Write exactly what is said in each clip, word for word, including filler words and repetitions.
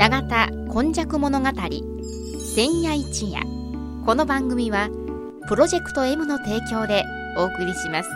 永田今昔物語千夜一夜。この番組はプロジェクト M の提供でお送りします。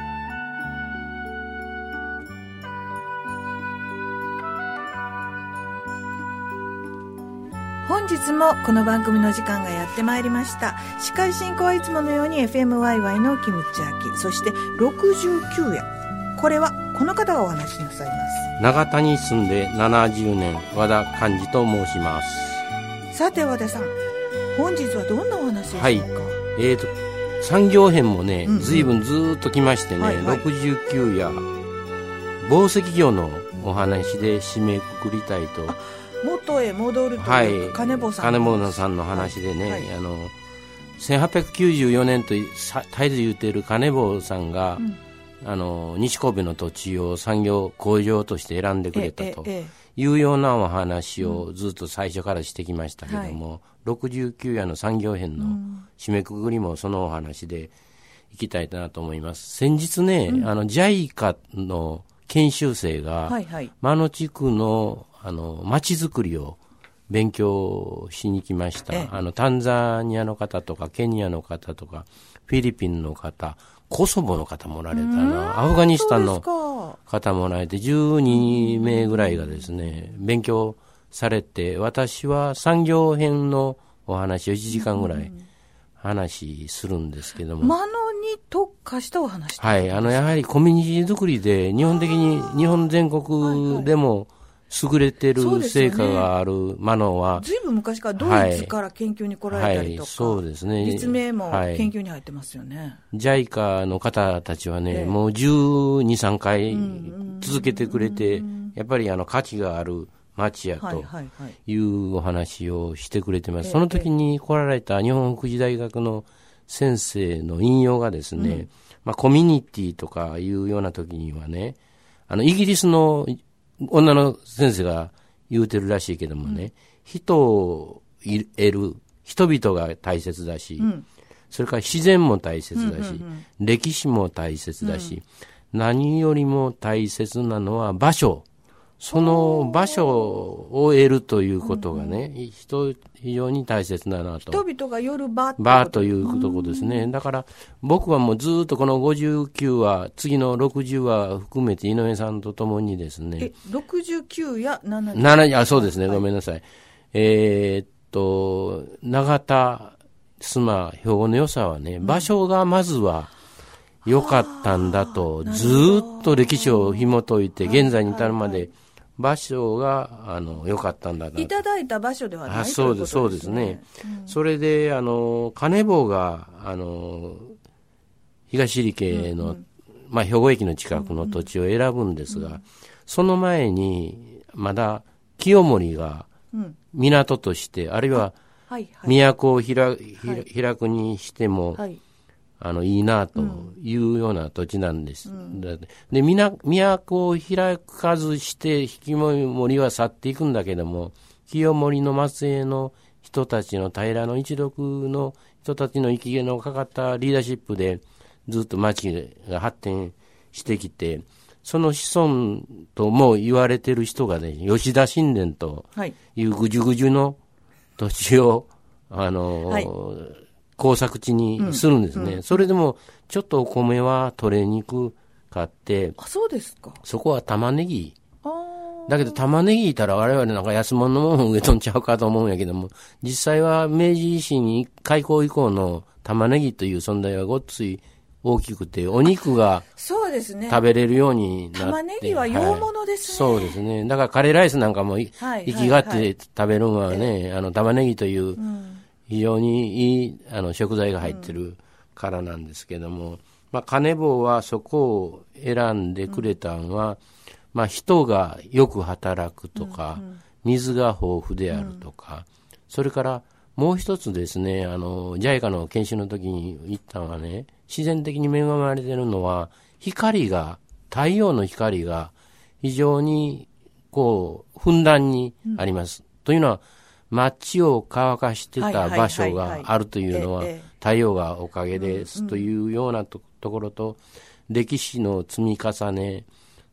本日もこの番組の時間がやってまいりました。司会進行はいつものように エフエムワイワイ のキムチャキ、そしてろくじゅうきゅう夜、これはこの方がお話しなさいます。 長田に住んでななじゅうねん、和田寛治と申します。 さて和田さん、本日はどんなお話でしょうか。 はい、えーと産業編もね、 うんうん、 随分ずっと来ましてね、はいはい、ろくじゅうきゅう夜紡績業のお話で締めくくりたいと。 元へ戻るというか、はい、金坊さん金坊さんの話でね、はい、あのせんはっぴゃくきゅうじゅうよねんと絶えず言っている金坊さんが、うん、あの西神戸の土地を産業工場として選んでくれたというようなお話をずっと最初からしてきましたけども、うんはい、ろくじゅうきゅう夜の産業編の締めくくりもそのお話でいきたいなと思います。先日ね、うん、あの ジャイカ の研修生が、はいはい、真野地区のあの町づくりを勉強しに来ました。あのタンザニアの方とかケニアの方とかフィリピンの方、コソボの方もおられたな、アフガニスタンの方もおられてじゅうにめいぐらいがですね勉強されて、私は産業編のお話をいちじかんぐらい話するんですけども、 真野に特化したお話。 はい、あのやはりコミュニティ作りで日本的に日本全国でも優れてる成果がある真野は、 ずいぶん昔からドイツから研究に来られたりとか、はいはい、 そうですね、 立命も研究に入ってますよね。はい、 ジャイカ の方たちはね、えー、もうじゅうに、さんかい続けてくれて、やっぱりあの価値がある町やというお話をしてくれてます。その時に来られた日本福祉大学の先生の引用がですね、うん、まあ、コミュニティとかいうような時にはね、あのイギリスの女の先生が言うてるらしいけどもね、うん、人を得る人々が大切だし、うん、それから自然も大切だし、うんうんうん、歴史も大切だし、うん、何よりも大切なのは場所、その場所を得るということがね、うんうん、人非常に大切だなと。 人々が寄る場って場というところですね。だから僕はもうずっとこのごじゅうきゅう話、次のろくじゅう話含めて井上さんと共にですね。 え、ろくじゅうきゅうやななじゅう。ななじゅう、 あ、そうですね。はい、ごめんなさい。えー、っと、長田、須磨、兵庫の良さはね、うん、場所がまずは良かったんだと、ずっと歴史を紐解いて、現在に至るまで、はいはいはい、場所があの良かったんだと。 いただいた場所ではない。あ、 そうです、そうですね。うん、それであの金坊があの東入家の、うんうん、まあ兵庫駅の近くの土地を選ぶんですが、うんうん、その前にまだ清盛が港として、うん、あるいは都を開、はいはい、開くにしても。はい、あのいいなというような土地なんです。うん、で、都を開かずして清盛は去っていくんだけども、清盛の末裔の人たちの平一族の人たちの生き毛のかかったリーダーシップでずっと町が発展してきて、その子孫とも言われている人がね、吉田神殿というぐじゅぐじゅの土地を、あの、はい、耕作地にするんですね、うんうん、それでもちょっとお米は取れにくかって、 あ、そうですか。 そこは玉ねぎだけど、玉ねぎいたら我々なんか安物のもの植えとんちゃうかと思うんやけども、実際は明治維新開港以降の玉ねぎという存在はごっつい大きくて、お肉がそうですね、 食べれるようになって、 玉ねぎは洋物ですね、 はい、そうですね。だからカレーライスなんかも、はい、生きがって食べるのはね、はいはいはい、あの玉ねぎという、うん非常にいいあの食材が入ってるからなんですけども、うん、まあ、金坊はそこを選んでくれたのは、うん、まあ、人がよく働くとか、うんうん、水が豊富であるとか、うん、それからもう一つですね、あの ジャイカ の研修の時に言ったのはね、自然的に恵まれているのは光が、太陽の光が非常にこうふんだんにあります、うん、というのは街を乾かしてた場所があるというのは太陽がおかげですというような と, ところと、歴史の積み重ね、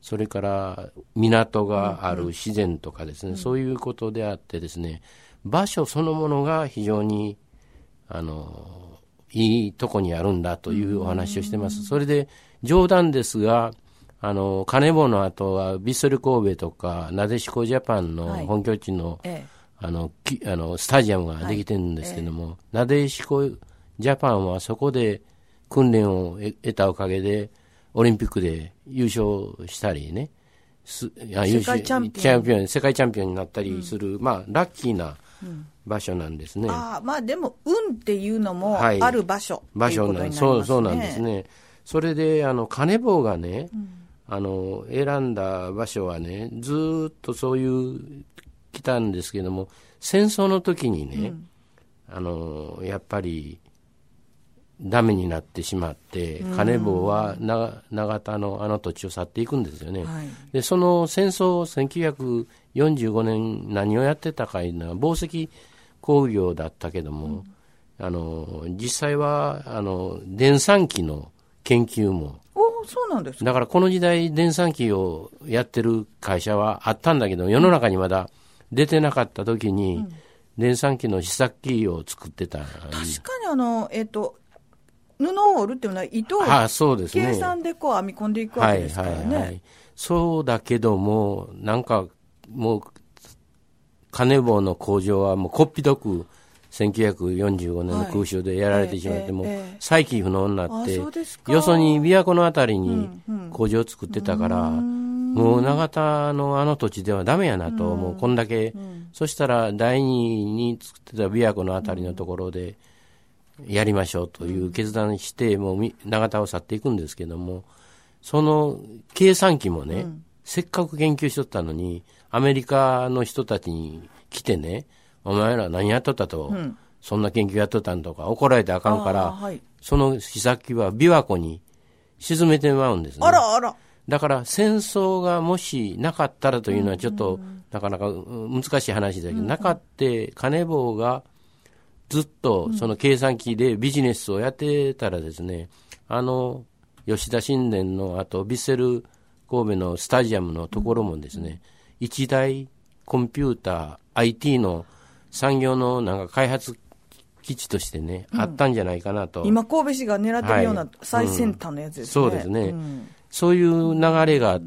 それから港がある自然とかですね、うんうん、そういうことであってですね、場所そのものが非常にあのいいとこにあるんだというお話をしてます。それで冗談ですが、あのカネボウの後はヴィッセル神戸とかなでしこジャパンの本拠地の、はい、あのきあのスタジアムができてるんですけども、はい、なでしこジャパンはそこで訓練を得たおかげでオリンピックで優勝したりね、すあ世界チャンピオン、 チャンピオン世界チャンピオンになったりする、うん、まあラッキーな場所なんですね。 あまあでも運っていうのもある場所、はい、 場所なん、ね、そうそうなんですね。それであのカネボウがね、うん、あの選んだ場所はね、ずっとそういう来たんですけども、戦争の時にね、うん、あのやっぱりダメになってしまって、うん、カネボウは長田のあの土地を去っていくんですよね、はい、でその戦争せんきゅうひゃくよんじゅうごねん何をやってたかいうのは紡績工業だったけども、うん、あの実際はあの電算機の研究も、 おそうなんですか。 だからこの時代電算機をやってる会社はあったんだけど、世の中にまだ出てなかった時に、うん、電算機の試作機を作ってた。確かにあのえっ、ー、と布を織るっていうのは糸を計算でこう編み込んでいくわけですからね、はいはいはい、 そうだけどもなんかもうカネボウの工場はもうこっぴどくせんきゅうひゃくよんじゅうごねんの空襲でやられてしまって、はい、もう再起不能になって、よそに琵琶湖のあたりに工場を作ってたから、うんうん、もう長田のあの土地ではダメやなと、うん、もうこんだけ、うん、そしたら第二に作ってた琵琶湖のあたりのところでやりましょうという決断して、もう長田を去っていくんですけども、その計算機もね、うん、せっかく研究しとったのにアメリカの人たちに来てね、お前ら何やっとったと、うん、そんな研究やっとったんとか怒られてあかんから、はい、その試作機は琵琶湖に沈めてまうんですね。 あらあら。 だから戦争がもしなかったらというのはちょっと、うんうん、なかなか難しい話だけど、うんうん、なかってカネボウがずっとその計算機でビジネスをやってたらですね、あの吉田新田のあとヴィッセル神戸のスタジアムのところもですね、うん、一大コンピューター アイティー の産業のなんか開発基地としてね、うん、あったんじゃないかなと。 今神戸市が狙ってるような最先端のやつですね、 はいうん、そうですね、うん、そういう流れがあって、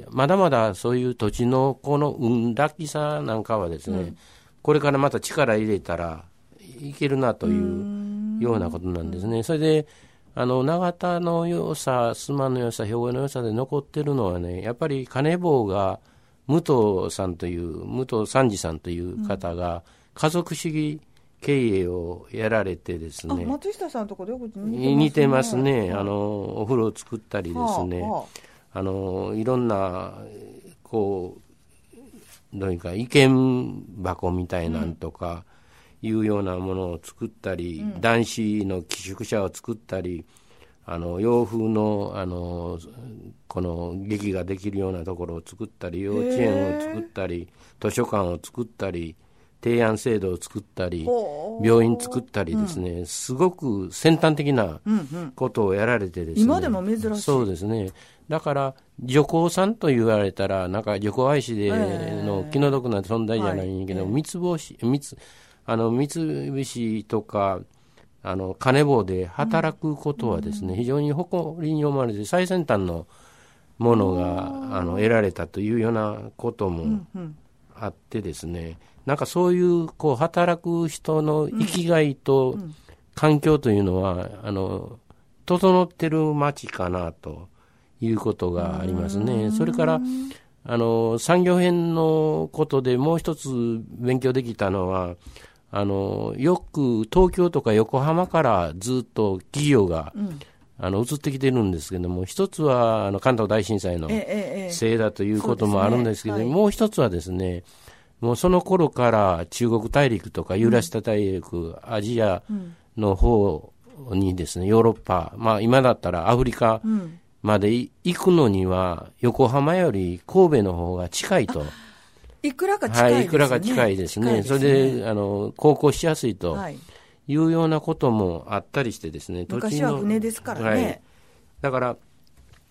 まだまだそういう土地のこの運ラッキーさなんかはですね、うん、これからまた力入れたらいけるなというようなことなんですね。それであの長田の良さ、須磨の良さ、兵庫の良さで残ってるのはね、やっぱりカネボウが武藤さんという武藤三次さんという方が家族主義経営をやられてですね、 あ松下さんとこでよく似てますね。 似てますね。あのお風呂を作ったりですね、はあはあ、あのいろんなこうどういうか意見箱みたいなんとか、うん、いうようなものを作ったり、うん、男子の寄宿舎を作ったり、あの洋風の、あのこの劇ができるようなところを作ったり、幼稚園を作ったり、図書館を作ったり、提案制度を作ったり、病院作ったりですね、うん、すごく先端的なことをやられてですね、 今でも珍しい。 そうですね。だから女工さんと言われたらなんか女工愛しでの気の毒な存在じゃないんだけど、三つ星三つあの三菱とかあのカネボウで働くことはですね、うん、非常に誇りに思われて最先端のものがあの得られたというようなこともあってですね、うんうん、なんかそういうこう働く人の生きがいと環境というのは、あの整ってる街かなということがありますね。それからあの産業編のことでもう一つ勉強できたのは、あのよく東京とか横浜からずっと企業が、うん、あの移ってきてるんですけども、一つはあの関東大震災のせいだということもあるんですけど、ええええねはい、もう一つはですね、もうその頃から中国大陸とかユーラシア大陸、うん、アジアの方にですね、ヨーロッパ、まあ今だったらアフリカまで行くのには横浜より神戸の方が近いと。 いくらか近いですね。はい、いくらか近いですね。ですね。それであの航行しやすいというようなこともあったりしてですね。 昔は船ですからね。はい、 だから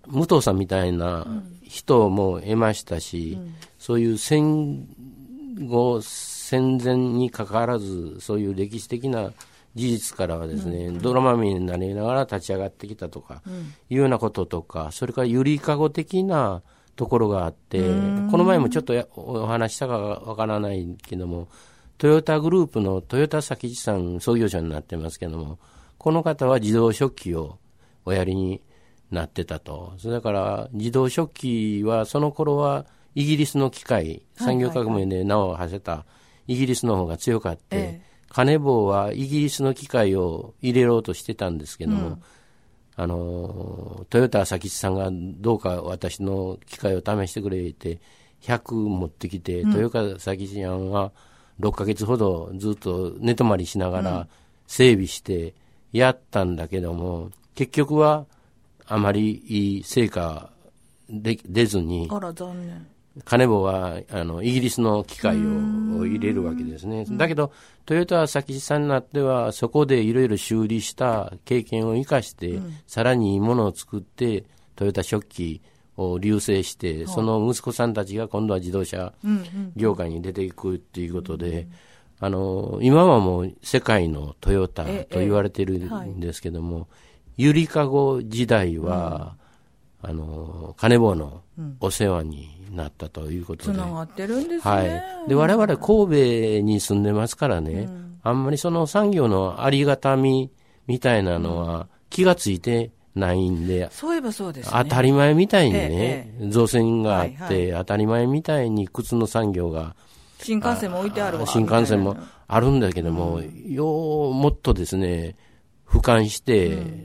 武藤さんみたいな人も得ましたし、うん、そういう戦後戦前にかかわらずそういう歴史的な事実からはですね、うん、泥まみれになりながら立ち上がってきたとか、うん、いうようなこととか、それからゆりかご的なところがあって、この前もちょっとお話したかわからないけども、トヨタグループの豊田佐吉さん創業者になってますけども、この方は自動食器をおやりになってたと。それだから自動食器はその頃はイギリスの機械、産業革命で名を馳せたイギリスの方が強かって、はいはいはい、カネボウはイギリスの機械を入れようとしてたんですけども、うん、あのトヨタ佐吉さんがどうか私の機械を試してくれってひゃく持ってきて、うん、トヨタ佐吉さんはろっかげつほどずっと寝泊まりしながら整備してやったんだけども、うん、結局はあまりいい成果で出ずに、 あら残念。 カネボウはあのイギリスの機械を入れるわけですね。だけどトヨタ佐吉さんになってはそこでいろいろ修理した経験を生かして、うん、さらにいいものを作ってトヨタ食器を隆盛して、うん、その息子さんたちが今度は自動車業界に出ていくっていうことで、うんうん、あの今はもう世界のトヨタと言われているんですけども、ええはい、ゆりかご時代は、うん、あのカネボウのお世話になったということで、 つながってるんですね。 はい、で我々神戸に住んでますからね、うん、あんまりその産業のありがたみみたいなのは気がついてないんで、 そういえばそうですね、 当たり前みたいにね、 ええ、 造船があって、 はいはい、 当たり前みたいに靴の産業が新幹線も置いてあるわ、 新幹線もあるんだけども、うん、ようもっとですね俯瞰して、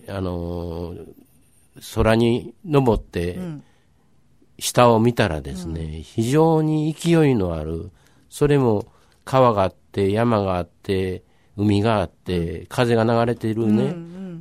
うん、あの空に登って、うん下を見たらですね、うん、非常に勢いのある、それも川があって山があって海があって、うん、風が流れているね、うんうん、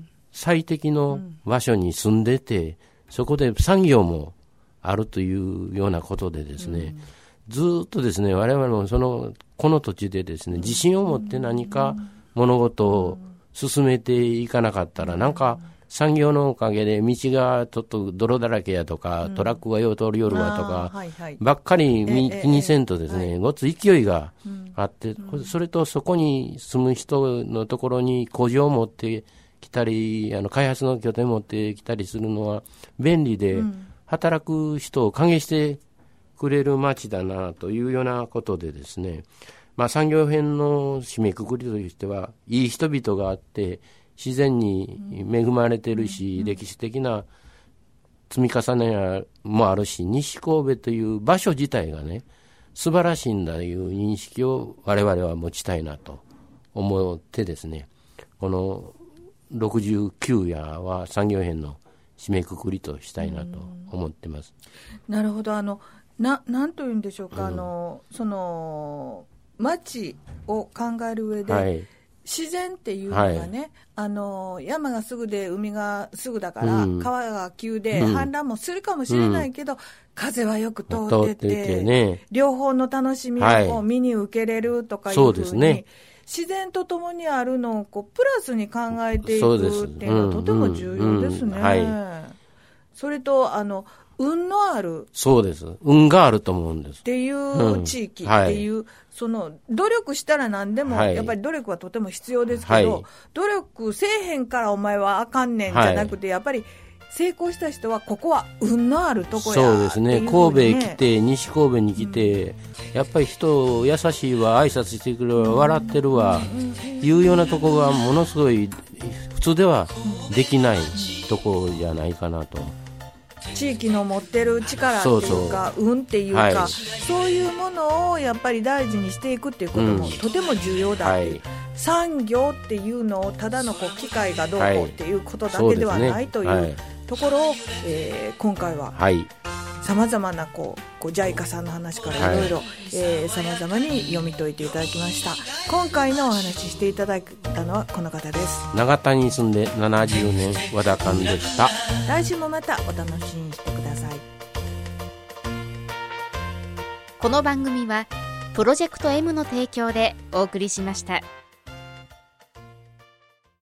最適の場所に住んでて、そこで産業もあるというようなことでですね、うん、ずっとですね我々もそのこの土地でですね自信を持って何か物事を進めていかなかったら、なんか産業のおかげで道がちょっと泥だらけやとか、うん、トラックがよう通る夜はとか、はいはい、ばっかり気にせんとですね、えええ、ごつ勢いがあって、うん、それとそこに住む人のところに工場を持ってきたり、あの開発の拠点を持ってきたりするのは便利で、うん、働く人を歓迎してくれる街だなというようなことでですね、まあ、産業編の締めくくりとしては、いい人々があって自然に恵まれてるし、うん、歴史的な積み重ねもあるし、西神戸という場所自体がね素晴らしいんだという認識を我々は持ちたいなと思ってですね、このろくじゅうきゅう夜は産業編の締めくくりとしたいなと思ってます。 なるほど。あのななんというんでしょうか、うん、あのその町を考える上で、はい、自然っていうのがね、はい、あの山がすぐで海がすぐだから、うん、川が急で氾濫もするかもしれないけど、うん、風はよく通ってて、通っててね、両方の楽しみを見に受けれるとかいうふうに、はい、そうですね、自然とともにあるのをこうプラスに考えていくっていうのはとても重要ですね。はい、それとあの運のある、 そうです、運があると思うんですっていう地域っていう、うんはい、その努力したら何でも、はい、やっぱり努力はとても必要ですけど、はい、努力せえへんからお前はあかんねんじゃなくて、はい、やっぱり成功した人はここは運のあるとこや、 そうですね、神戸へ来て西神戸に来て、うん、やっぱり人優しいわ、挨拶してくれるわ、笑ってるわ、うん、いうようなところがものすごい普通ではできないところじゃないかなと。 地域の持ってる力っていうか、そうそう、運っていうか、はい、そういうものをやっぱり大事にしていくっていうこともとても重要だっていう、うんはい、産業っていうのをただのこう機械がどうこうっていうことだけではない、はい、というところを、えー、今回はさまざまなこうこうジャイカさんの話からいろいろさまざまに読み解いていただきました。今回のお話ししていただいたのはこの方です。 長田に住んでななじゅうねん和田勘でした。 来週もまたお楽しみにしてください。 この番組はプロジェクト M の提供でお送りしました。